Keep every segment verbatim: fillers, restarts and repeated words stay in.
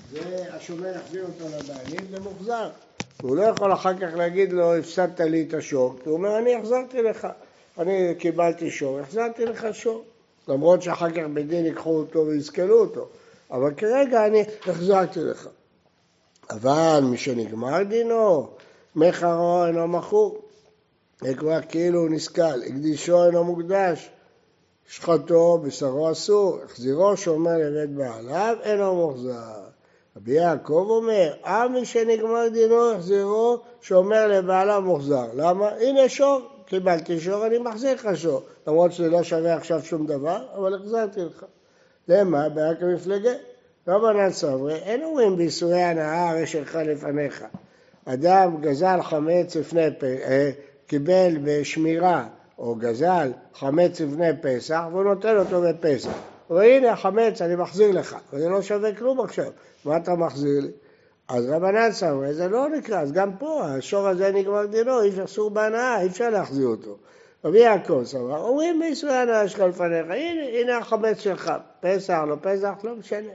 והשומר יחזיר אותו לבעלים, זה מוחזר. הוא לא יכול אחר כך להגיד לו, הפסדת לי את השור, כי הוא אומר, אני החזרתי לך, אני קיבלתי שור, החזרתי לך שור. למרות שאחר כך בדין ייקחו אותו ויזכלו אותו, אבל כרגע אני החזרתי לך. אבל מי שנגמר דינו, מחרו אינו מכור, זה כבר כאילו הוא נסכל, הקדישו אינו מוקדש, שחטו, בשרו אסור, החזירו שאומר לבית בעליו, אינו מוחזר. רבי יעקב אומר, אה מי שנגמר דינו, החזירו שאומר לבעליו מוחזר. למה? הנה שור, קיבלתי שור, אני מחזיר לך שור. למרות שזה לא שווה עכשיו שום דבר, אבל החזרתי לך. למה? בעיה כמפלגה. רבנן סברי, אין אומרים באיסורי הנאה הרי שלך לפניך. אדם גזל חמץ לפני פסח, קיבל בשמירה, או גזל חמץ לפני פסח, והוא נותן אותו בפסח. והנה החמץ, אני מחזיר לך, וזה לא שווה כלום עכשיו. מה אתה מחזיר לי? אז רבנן סברי, זה לא נקרא, אז גם פה, השור הזה נגמר דינו, אי אפשר בהנאה, אי אפשר להחזיר אותו. רבי יעקב סבר, אומרים באיסורי הנאה שלך לפניך, הנה, הנה החמץ שלך, פסח, לא פסח, לא משנה.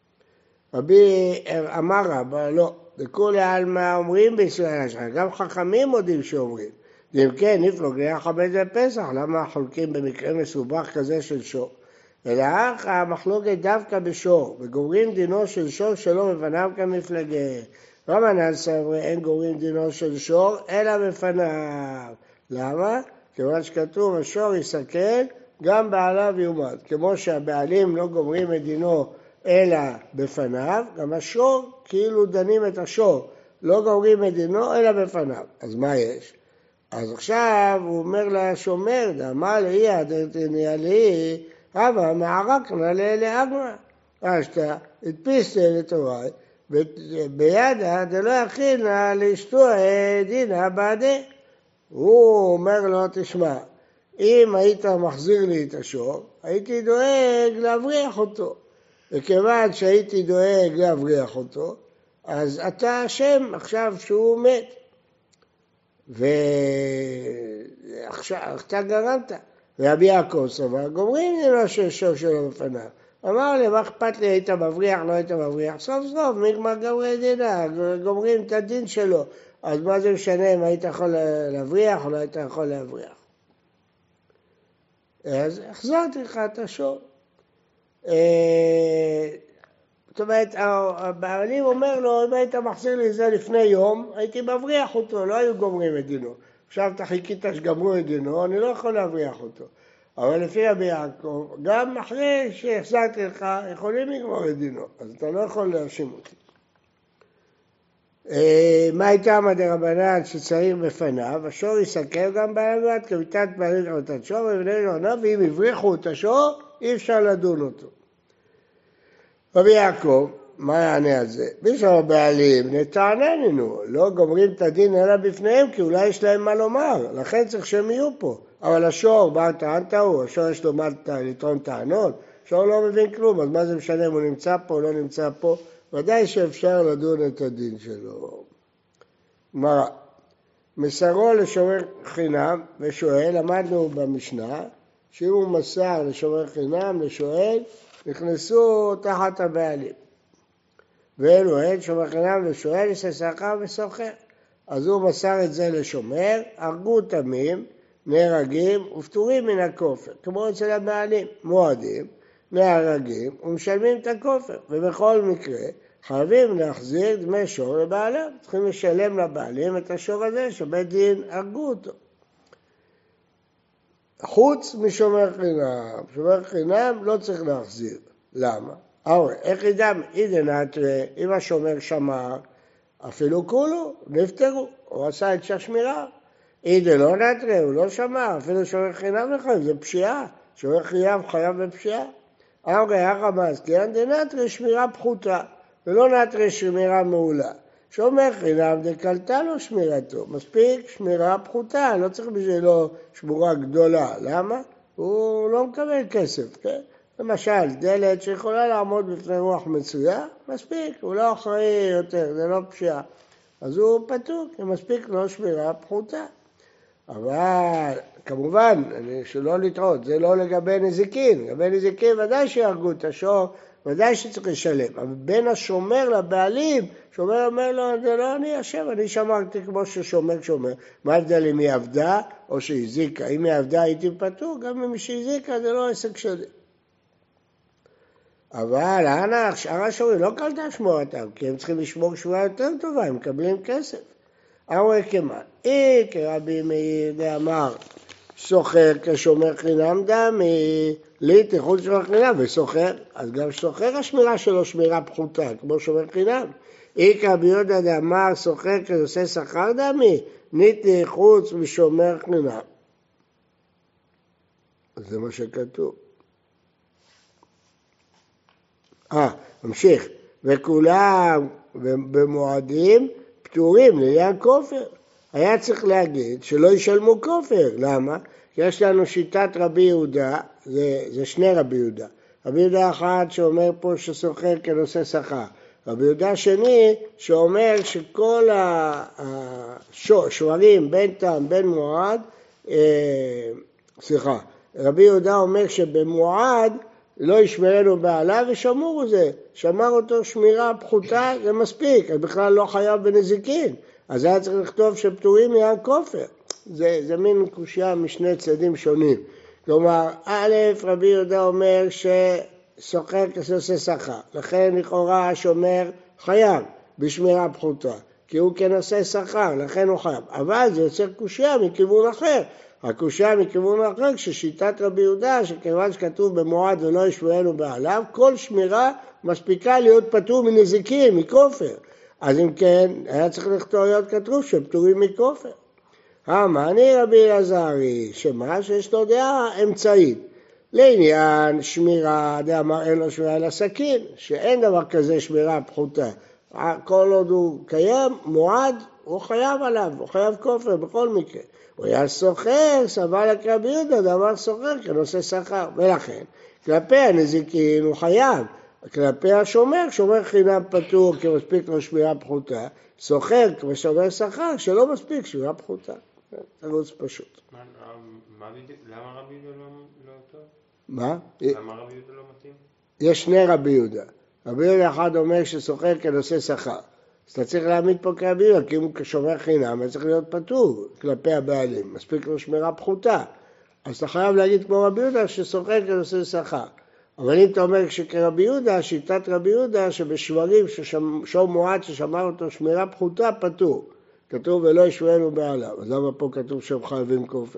רבי אמר רבא, לא, לכולי עלמא אומרים באיסורי הנאה שלך, גם חכמים מודים שאומרים. ואם כן, נפלוג לי החמץ בפסח, למה חולקים במקרה מסובך כזה של שור? ולאח המחלוקת דווקא בשור, וגוררים דינו של שור שלא בפניו כמפלגה. רבנן סברי, אין גוררים דינו של שור, אלא בפניו. למה? כיוון שכתוב, השור יסכל, גם בעליו יומד. כמו שהבעלים לא גומרים את דינו אלא בפניו, גם השור כאילו דנים את השור, לא גומרים את דינו אלא בפניו. אז מה יש? אז עכשיו הוא אומר לשומר, דאמר לי, הדרתני לי, רבא מערקנה לאגמא. אשתה, הדפיסת לתוראי, בידה דלא יכינה לאשתו דינה בעדי. הוא אומר לו, תשמע, אם היית מחזיר לי את השור, הייתי דואג להבריח אותו. וכיוון שהייתי דואג להבריח אותו, אז אתה אשם עכשיו שהוא מת. ועכשיו אתה גרמת. רבי יעקב סבר, גומרים דינו של שור שלו בפניו. אמר לי, מה אכפת לי, היית מבריח, לא היית מבריח? סוף סוף, נגמר גמרי דינה, גומרים את הדין שלו. אז מה זה משנה אם היית יכול להבריח או לא היית יכול להבריח? אז החזרתי לך את השור. זאת אומרת, הבעלים אומר לו, אם היית מחזיר לי זה לפני יום, הייתי מבריח אותו, לא היו גומרים את דינו. עכשיו אתה חיכית שגמרו את דינו, אני לא יכול להבריח אותו. אבל לפי רבי יעקב, גם אחרי שהחזרתי לך, יכולים לגמור את דינו, אז אתה לא יכול להאשים אותי. מה הייתה דרבנן שצריך בפניו? השור יסכל גם בעלת כביתת בעלים או את השור ובני לעונה, ואם הבריחו את השור, אי אפשר לדון אותו. רבי יעקב, מה יענה על זה? בשביל הבעלים נטעננו, לא גומרים את הדין אלא בפניהם, כי אולי יש להם מה לומר, לכן צריך שהם יהיו פה. אבל השור, מה טענת הוא? השור יש לו מה לטעון טענות? השור לא מבין כלום, אז מה זה משנה אם הוא נמצא פה או לא נמצא פה? ודאי שאפשר לדון את הדין שלו. מה? מסרו לשומר חינם ושואל, למדנו במשנה, שאם הוא מסר לשומר חינם לשואל, נכנסו תחת הבעלים. ואלו אין שומר חינם לשואל, יססחה וסוחר. אז הוא מסר את זה לשומר, הרגו תמים, נהרגים ופטורים מן הכופר, כמו אצל הבעלים, מועדים, נהרגים ומשלמים את הכופר, ובכל מקרה חייבים להחזיר דמי שור לבעליו, צריכים לשלם לבעלים את השור הזה שבית דין הרגו אותו. חוץ משומר חינם, שומר חינם לא צריך להחזיר. למה? אבל איך ידם, אידנת, אם השומר שמר, אפילו כולו, נפטרו, הוא עשה את השמירה. אידן לא נטרה, הוא לא שמר, אפילו שומר חינם לכם, זה פשיעה, שומר חייב חייב בפשיעה. אבל הרמז, כי אין דנטרה שמירה פחותה, ולא נטרה שמירה מעולה. שומר חינם דקלטה לו שמירתו, מספיק שמירה פחותה, לא צריך בשבילו שמורה גדולה. למה? הוא לא מקבל כסף, כן? למשל, דלת שיכולה לעמוד בפני רוח מצויה, מספיק, הוא לא אחראי יותר, זה לא פשיעה. אז הוא פתוק, מספיק לו שמירה פחותה. אבל כמובן, שלא לטעות, זה לא לגבי נזיקין. לגבי נזיקין ודאי שיהרגו את השור, ודאי שצריך לשלם. אבל בין השומר לבעלים, שומר אומר לו, זה לא אני אשם, אני שמרתי כמו ששומר שומר. מה ההבדל אם היא עבדה או שהיא הזיקה? אם היא עבדה הייתי פטור, גם אם היא הזיקה זה לא עסק שלי. אבל האנח, שאר השומרים לא קלטה שמורתם, כי הם צריכים לשמור שמורה יותר טובה, הם מקבלים כסף. אמרו כמן, אי כרבי מאיר דאמר, סוחר כשומר חינם דמי, לי תיכון שומר חינם וסוחר, אז גם סוחר השמירה שלו שמירה פחותה, כמו שומר חינם. אי כרבי יהודה דאמר, סוחר כנושא שכר דמי, ניתי חוץ משומר חינם. זה מה שכתוב. אה, ממשיך. וכולם במועדים פטורים לעניין כופר. היה צריך להגיד שלא ישלמו כופר. למה? כי יש לנו שיטת רבי יהודה, זה, זה שני רבי יהודה. רבי יהודה אחד שאומר פה שסוחר כנושא שכר. רבי יהודה שני שאומר שכל השוערים בין תם, בין מועד, אה, סליחה, רבי יהודה אומר שבמועד לא ישמרנו בעליו ושמור זה. שמר אותו שמירה פחותה, זה מספיק, אז בכלל לא חייב בנזיקין. אז היה צריך לכתוב שפטורים מעניין כופר. זה, זה מין קושיה משני צדדים שונים. כלומר, א', רבי יהודה אומר שסוחר כנושא שכר. לכן לכאורה השומר חייב בשמירה פחותה. כי הוא כנושא שכר, לכן הוא חייב. אבל זה יוצר קושיה מכיוון אחר. הקושיה מכיוון אחר, כששיטת רבי יהודה, שכיוון שכתוב במועד ולא ישמרנו בעליו, כל שמירה מספיקה להיות פטור מנזיקין, מכופר. אז אם כן, היה צריך לכתוב להיות כתוב שפטורים מכופר. המעני רבי אלעזרי, שמה שיש לו דעה אמצעית. לעניין שמירה, דאמר אין לו שמירה אלא סכין, שאין דבר כזה שמירה פחותה. כל עוד הוא קיים, מועד, הוא חייב עליו, הוא חייב כופר בכל מקרה. הוא היה סוחר, סבל לקרבי יהודה, דבר סוחר כנושא שכר. ולכן, כלפי הנזיקין הוא חייב. כלפי השומר, שומר חינם פטור כי מספיק לו שמירה פחותה. סוחר כשומר שכר שלא מספיק שמירה פחותה. תירוץ פשוט. למה רבי יהודה לא טוב? מה? למה רבי יהודה לא מתאים? יש שני רבי יהודה. רבי יהודה אחד אומר שסוחר כנושא שכר. אז אתה צריך להעמיד פה כרבי יהודה, כי אם הוא כשומר חינם, הוא צריך להיות פטור כלפי הבעלים. מספיק לו שמירה פחותה. אז אתה חייב להגיד כמו רבי יהודה שסוחר כנושא שכר. אבל אם אתה אומר שכרבי יהודה, שיטת רבי יהודה, שבשברים ששור מועד ששמר אותו שמירה פחותה, פטור. כתוב ולא ישמרנו בעליו. אז למה פה כתוב שהם חייבים כופר?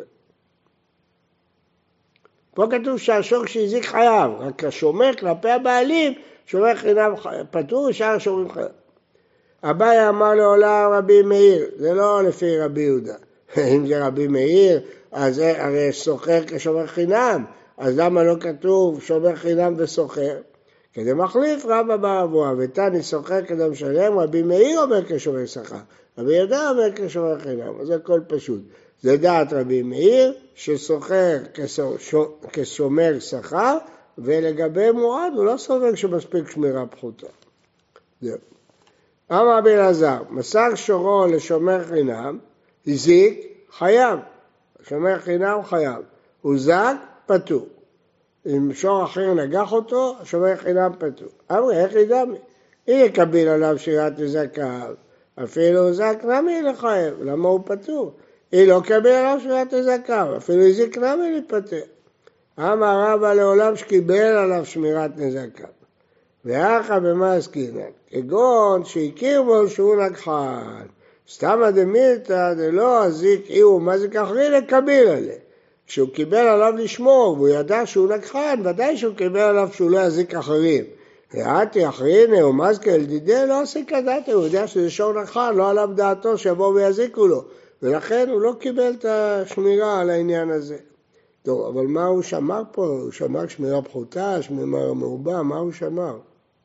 פה כתוב שהשור שהזיק חייב, רק השומר כלפי הבעלים, שומר חינם פטור, שאר השומרים חייב. אביי אמר לעולם רבי מאיר, זה לא לפי רבי יהודה. אם זה רבי מאיר, אז הרי סוחר כשומר חינם, אז למה לא כתוב שומר חינם וסוחר? כדי מחליף רבא בר אבוה, ותני סוחר כדי משלם, רבי מאיר אומר כשומר שכר, רבי יהודה אומר כשומר חינם, אז זה הכל פשוט. זה דעת רבי מאיר שסוחר כשומר שכר, ולגבי מועד הוא לא סובר שמספיק שמירה פחותה. זהו. אמר רבי אלעזר, מסר שורו לשומר חינם, הזיק, חייב. שומר חינם חייב. הוא זק, פטור. אם שור אחר נגח אותו, שומר חינם פטור. אמרי, איך ידעמי? אם יקביל עליו שירת נזקיו, אפילו זק נמי לחייב, למה הוא פטור? אם לא קביל עליו שירת נזקיו, אפילו הזיק נמי להיפטר. אמר רבא לעולם שקיבל עליו שמירת נזקיו. ואחר במה עסקינן? כגון שהכיר בו שהוא נגחן. סתמא דמילתא דלא הזיק איהו מזיק אחרי לקביל עליה. כשהוא קיבל עליו לשמור והוא ידע שהוא נגחן, ודאי שהוא קיבל עליו שהוא לא יזיק אחרים. ראיתי אחריני או מזקה אל דידי לא עסק הדעת, הוא יודע שזה שור נגחן, לא עליו דעתו שיבואו ויזיקו לו. ולכן הוא לא קיבל את השמירה על העניין הזה. טוב, אבל מה הוא שמר פה? הוא שמר שמירה פחותה, שמירה מרובה, מה הוא שמר?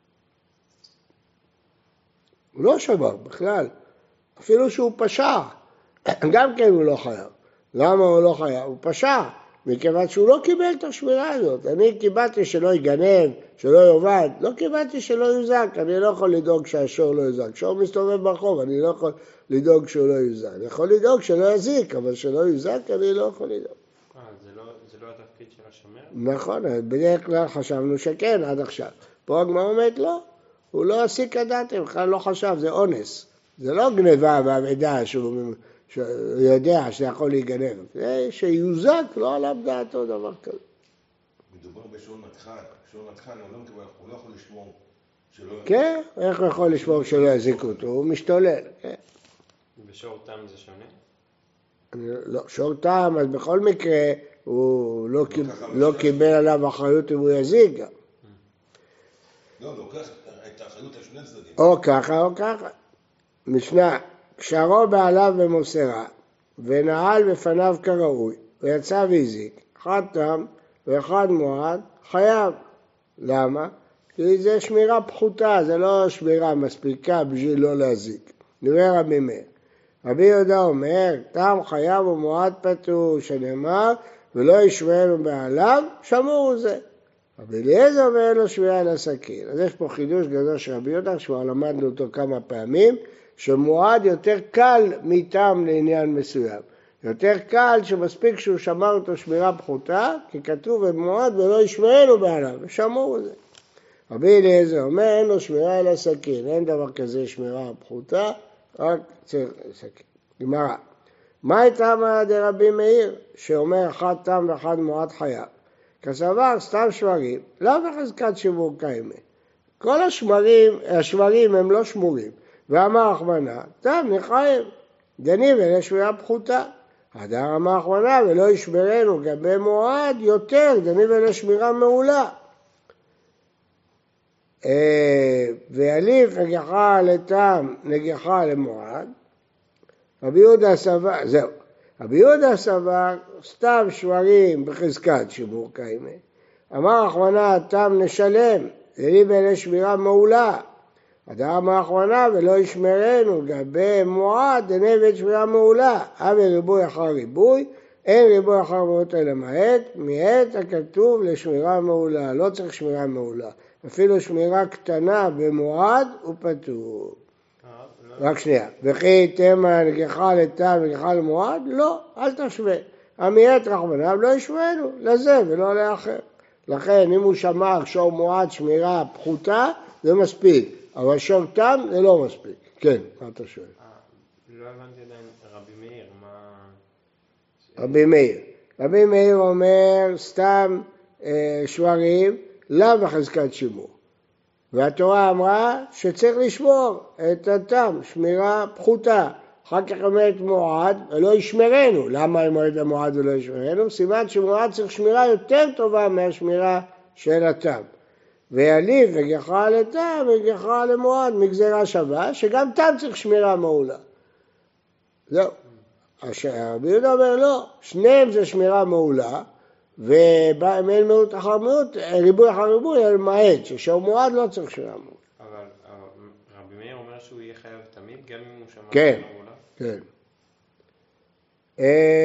הוא לא שמר בכלל, אפילו שהוא פשע, גם כן הוא לא חייב. למה הוא לא חייב? הוא פשע, מכיוון שהוא לא קיבל את השמירה הזאת. אני קיבלתי שלא יגנב, שלא יובד, לא קיבלתי שלא יוזק, אני לא יכול לדאוג שהשור לא יוזק. שור מסתובב ברחוב, אני לא יכול לדאוג שהוא לא יוזק. אני יכול לדאוג שלא יזיק, אבל שלא יוזק אני לא יכול לדאוג. אה, זה לא, זה לא התפקיד של השומר? נכון, בדרך כלל חשבנו שכן עד עכשיו. פה הגמרא אומרת לא, הוא לא הסיק הדעת, בכלל לא חשב, זה אונס. זה לא גניבה והמידע שהוא, שהוא יודע שיכול להיגנב. זה שיוזק, לא עליו דעתו דבר כזה. מדובר בשעון נתחן, שעון נתחן הוא לא מקבל, הוא לא יכול לשמור שלא... כן, איך הוא יכול לשמור שלא יזיק אותו? הוא משתולל, כן. בשור תם זה שונה? לא, שור תם, אז בכל מקרה הוא לא, קיב... לא קיבל עליו אחריות אם הוא יזיק גם. לא, לוקח את האחריות על שני צדדים. או ככה או ככה. משנה, קשרו בעליו במוסרה, ונעל בפניו כראוי, ויצא והזיק, אחד תם ואחד מועד, חייב. למה? כי זה שמירה פחותה, זה לא שמירה מספיקה בשביל לא להזיק. נראה רבי מאיר. רבי יהודה אומר, תם חייב ומועד פטור, שנאמר, ולא ישמענו בעליו, שמור זה. רבי אליעזר אומר, אין לו שמירה על הסכין. אז יש פה חידוש גדול של רבי יהודה, שכבר למדנו אותו כמה פעמים, שמועד יותר קל מתם לעניין מסוים. יותר קל שמספיק שהוא שמר אותו שמירה פחותה, כי כתוב במועד ולא ישמענו בעליו, ושמור זה. רבי אליעזר אומר, אין לו שמירה על הסכין, אין דבר כזה שמירה פחותה, רק צריך סכין. גמרא, מה תמה דרבי מאיר, שאומר אחד תם ואחד מועד חייב? כסבר סתם שמרים, לא בחזקת שימור קיימה. כל השמרים, השמרים הם לא שמורים. ואמר אחמנה, תם נחייב, דנים אלה שמירה פחותה. הדר אמר אחמנה, ולא ישמרנו גבי מועד יותר, דנים אלה שמירה מעולה. ויליף נגיחה לתם, נגיחה למועד. רבי יהודה סבר, זהו. רבי יהודה סבר, סתם שמרים בחזקת שימור קיימה. אמר אחמנה, תם נשלם, דנים אלה שמירה מעולה. הדרם האחרונה ולא ישמרנו גבי מועד דנבד שמירה מעולה. אבל ריבוי אחר ריבוי, אין ריבוי אחר מאות אלא מעט, מעט הכתוב לשמירה מעולה, לא צריך שמירה מעולה. אפילו שמירה קטנה במועד הוא פטור. רק שנייה, וכי תמה נגיחה לתם ונגיחה למועד? לא, אל תשווה. המעט רחמנם לא ישמרנו לזה ולא לאחר. לכן אם הוא שמר שור מועד שמירה פחותה, זה מספיק. אבל שור תם זה לא מספיק. כן, מה אתה שואל? לא הבנתי עדיין, רבי מאיר, מה... רבי מאיר. רבי מאיר אומר סתם אה, שברים, לאו בחזקת שימור. והתורה אמרה שצריך לשמור את התם, שמירה פחותה. אחר כך אומרת מועד, ולא ישמרנו. למה אם מועד המועד ולא ישמרנו? סימן שמועד צריך שמירה יותר טובה מהשמירה של התם. ויליף וגיחה לתם וגיחה למועד מגזרה שווה, שגם תם צריך שמירה מעולה. זהו. רבי יהודה אומר לא, שניהם זה שמירה מעולה, ואם אין מיעוט אחר מיעוט, ריבוי אחר ריבוי, אלא מעט, ששור מועד לא צריך שמירה מעולה. אבל רבי מאיר אומר שהוא יהיה חייב תמיד, גם אם הוא שמר כן, מעולה? כן.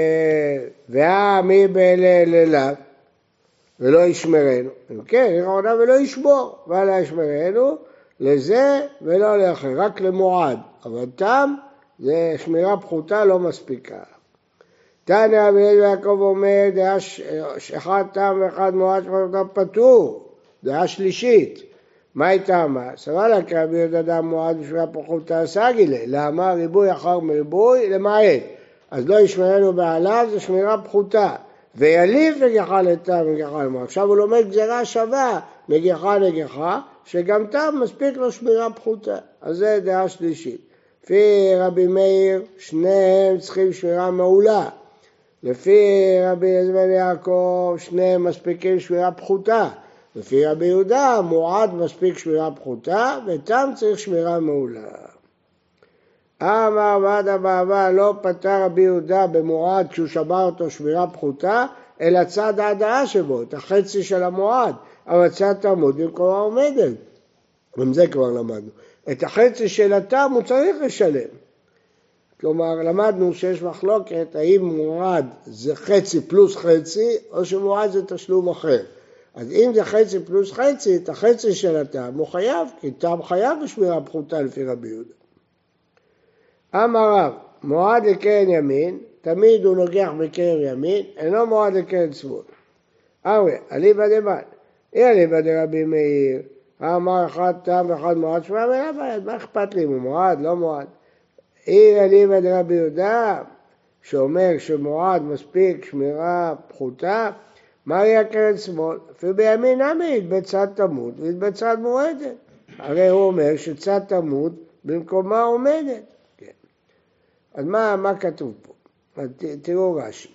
והמי באליו, ולא ישמרנו. כן, ירעונה ולא ישמור, ולא ישמרנו לזה ולא לאחר, רק למועד. אבל תם זה שמירה פחותה לא מספיקה. תנא רבי יעקב אומר, דעה אחד תם ואחד מועד שמירה פטור, דעה שלישית. מה היא תמה? סבר לה כרבי יהודה מועד בשמירה פחותה סגילה. למה? ריבוי אחר מריבוי למעט. אז לא ישמרנו בעליו, זה שמירה פחותה. ויליף נגיחה לתם ונגיחה למועד. עכשיו הוא לומד גזרה שווה, נגיחה נגיחה, שגם תם מספיק לו שמירה פחותה. אז זה דעה שלישית. לפי רבי מאיר, שניהם צריכים שמירה מעולה. לפי רבי יזמן יעקב, שניהם מספיקים שמירה פחותה. לפי רבי יהודה, מועד מספיק שמירה פחותה, ותם צריך שמירה מעולה. אמר ועד הבעבה לא פטר רבי יהודה במועד כשהוא שמר אותו שמירה פחותה, אלא צד ההדעה שבו, את החצי של המועד, אבל צד תעמוד במקומה עומדת. גם זה כבר למדנו. את החצי של התם הוא צריך לשלם. כלומר, למדנו שיש מחלוקת, האם מועד זה חצי פלוס חצי, או שמועד זה תשלום אחר. אז אם זה חצי פלוס חצי, את החצי של התם הוא חייב, כי תם חייב בשמירה פחותה לפי רבי יהודה. אמר רב, מועד לקרן ימין, תמיד הוא נוגח בקרן ימין, אינו מועד לקרן שמאל. אורי, אליבא דמן, אי אליבא דרבי מאיר, אמר אחד תם ואחד מועד, שמע מילה בעד, מה אכפת לי אם הוא מועד, לא מועד. אם אני ועד רבי יהודה, שאומר שמועד מספיק שמירה פחותה, מה יהיה קרן שמאל? אפילו בימין נמי בצד תמות ובצד מועדת. הרי הוא אומר שצד תמות במקומה עומדת. כן. אז מה, מה כתוב פה? אז ת, תראו רש"י.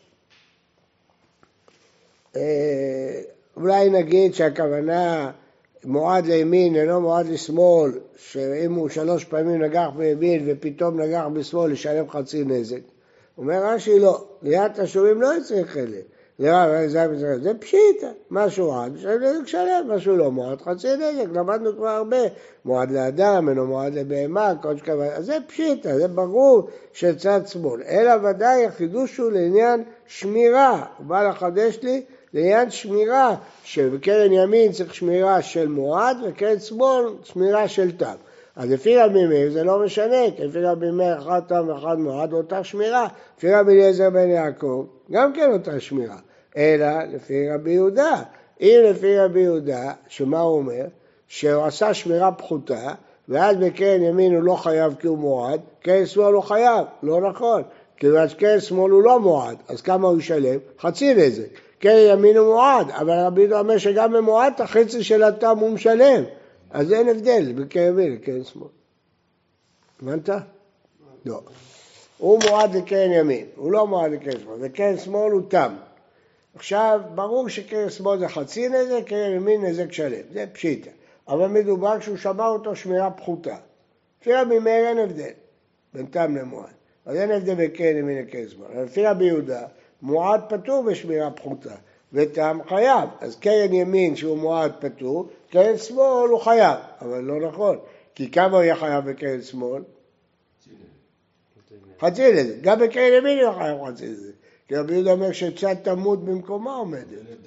אה, אולי נגיד שהכוונה מועד לימין אינו מועד לשמאל, שאם הוא שלוש פעמים נגח בימין ופתאום נגח בשמאל לשלם חצי נזק. אומר רש"י לא, ליד תשובים לא יצריך אלה. זה פשיטה, משהו עד, נזק שלם, משהו לא מועד, חצי נזק, למדנו כבר הרבה, מועד לאדם, אינו מועד לבהמה, אז זה פשיטה, זה ברור שצד שמאל, אלא ודאי החידוש הוא לעניין שמירה, הוא בא לחדש לי לעניין שמירה, שבקרן ימין צריך שמירה של מועד, וקרן שמאל שמירה של תם. אז לפי רבי מאיר זה לא משנה, כי לפי רבי מאיר אחד תם ואחד מועד אותה שמירה, לפי רבי אליעזר בן יעקב גם כן אותה שמירה, אלא לפי רבי יהודה. אם לפי רבי יהודה, שמה הוא אומר? שהוא עשה שמירה פחותה, ואז בקרן ימין הוא לא חייב כי הוא מועד, קרן שמאל הוא חייב, לא נכון, כי קרן שמאל הוא לא מועד, אז כמה הוא ישלם? חצי נזק. קרן ימין הוא מועד, אבל רבי יהודה אומר שגם במועד החצי של התם הוא משלם, אז אין הבדל בין קרן ימין לקרן שמאל. הבנת? לא. הוא מועד לקרן ימין, הוא לא מועד לקרן שמאל, וקרן שמאל הוא תם. עכשיו, ברור שקרן שמאל זה חצי נזק, קרן ימין נזק שלם, זה פשיטה. אבל מדובר כשהוא שמר אותו שמירה פחותה. לפי רבי מאיר אין הבדל בין תם למועד. אז אין הבדל בין קרן ימין לקרן שמאל. אבל לפי רבי יהודה, מועד פטור בשמירה פחותה, ותם חייב. אז קרן ימין שהוא מועד פטור, קרן שמאל הוא חייב. אבל לא נכון, כי כמה הוא יהיה חייב בקרן שמאל? חצי נזק. גם בקרן ימין הוא חייב חצי נזק. כי רבי יהודה אומר שצד תמות במקומה עומדת.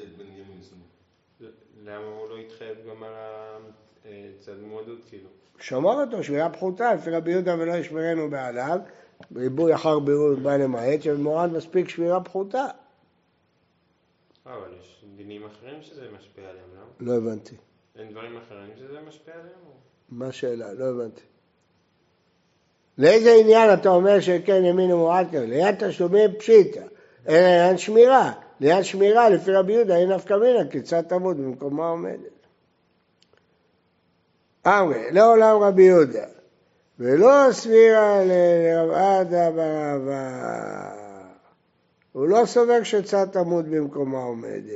למה הוא לא התחייב גם על הצד מועדות כאילו? שמר אותו, שמירה פחותה, לפי רבי יהודה ולא ישמרנו בעליו, ריבוי אחר בירור בא למעט, שמועד מספיק שמירה פחותה. אבל יש דינים אחרים שזה משפיע עליהם, לא? לא הבנתי. אין דברים אחרים שזה משפיע עליהם? מה השאלה? לא הבנתי. לאיזה עניין אתה אומר שכן ימין ומועד כאלה? ליד תשלומים פשיטה, אין שמירה. ליד שמירה לפי רבי יהודה אין נפקא מינה, כי צד תמות במקומה עומדת. אמרי, לעולם רבי יהודה, ולא סבירה לרב עדה ברבה. הוא לא סובר שצד תמות במקומה עומדת.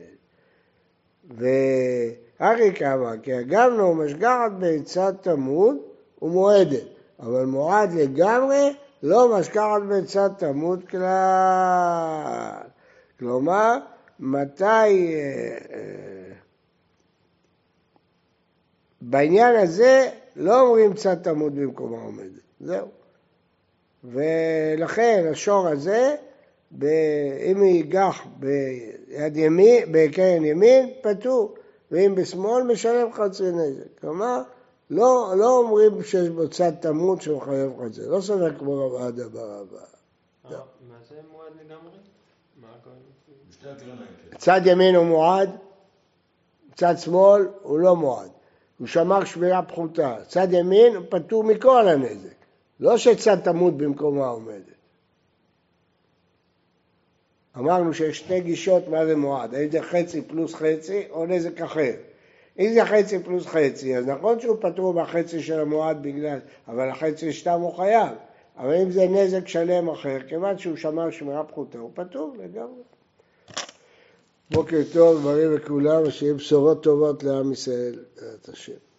והרי כמה, כי הגמנו משגחת בין צד תמות ומועדת, אבל מועד לגמרי לא משגחת בין צד תמות כלל. כלומר, מתי, בעניין הזה לא אומרים צד תמות במקומה עומדת, זהו. ולכן השור הזה, אם ייגח ביד ימין, בקרן ימין, פטור, ואם בשמאל משלם חצי נזק. כלומר, לא, לא אומרים שיש בו צד תמות שהוא חייב חצי, לא סובר כמו רב עדה ברבה. מה זה מועד לגמרי? צד ימין הוא מועד, צד שמאל הוא לא מועד. הוא שמר שמירה פחותה. צד ימין הוא פטור מכל הנזק. לא שצד תמות במקומה עומדת. אמרנו שיש שתי גישות מה זה מועד. האם זה חצי פלוס חצי או נזק אחר. אם זה חצי פלוס חצי, אז נכון שהוא פטור בחצי של המועד בגלל, אבל החצי שתם הוא חייב. אבל אם זה נזק שלם אחר, כיוון שהוא שמר שמירה פחותה, הוא פטור לגמרי. בוקר טוב, בריא לכולם, ושיהיה בשורות טובות לעם ישראל, בעזרת השם.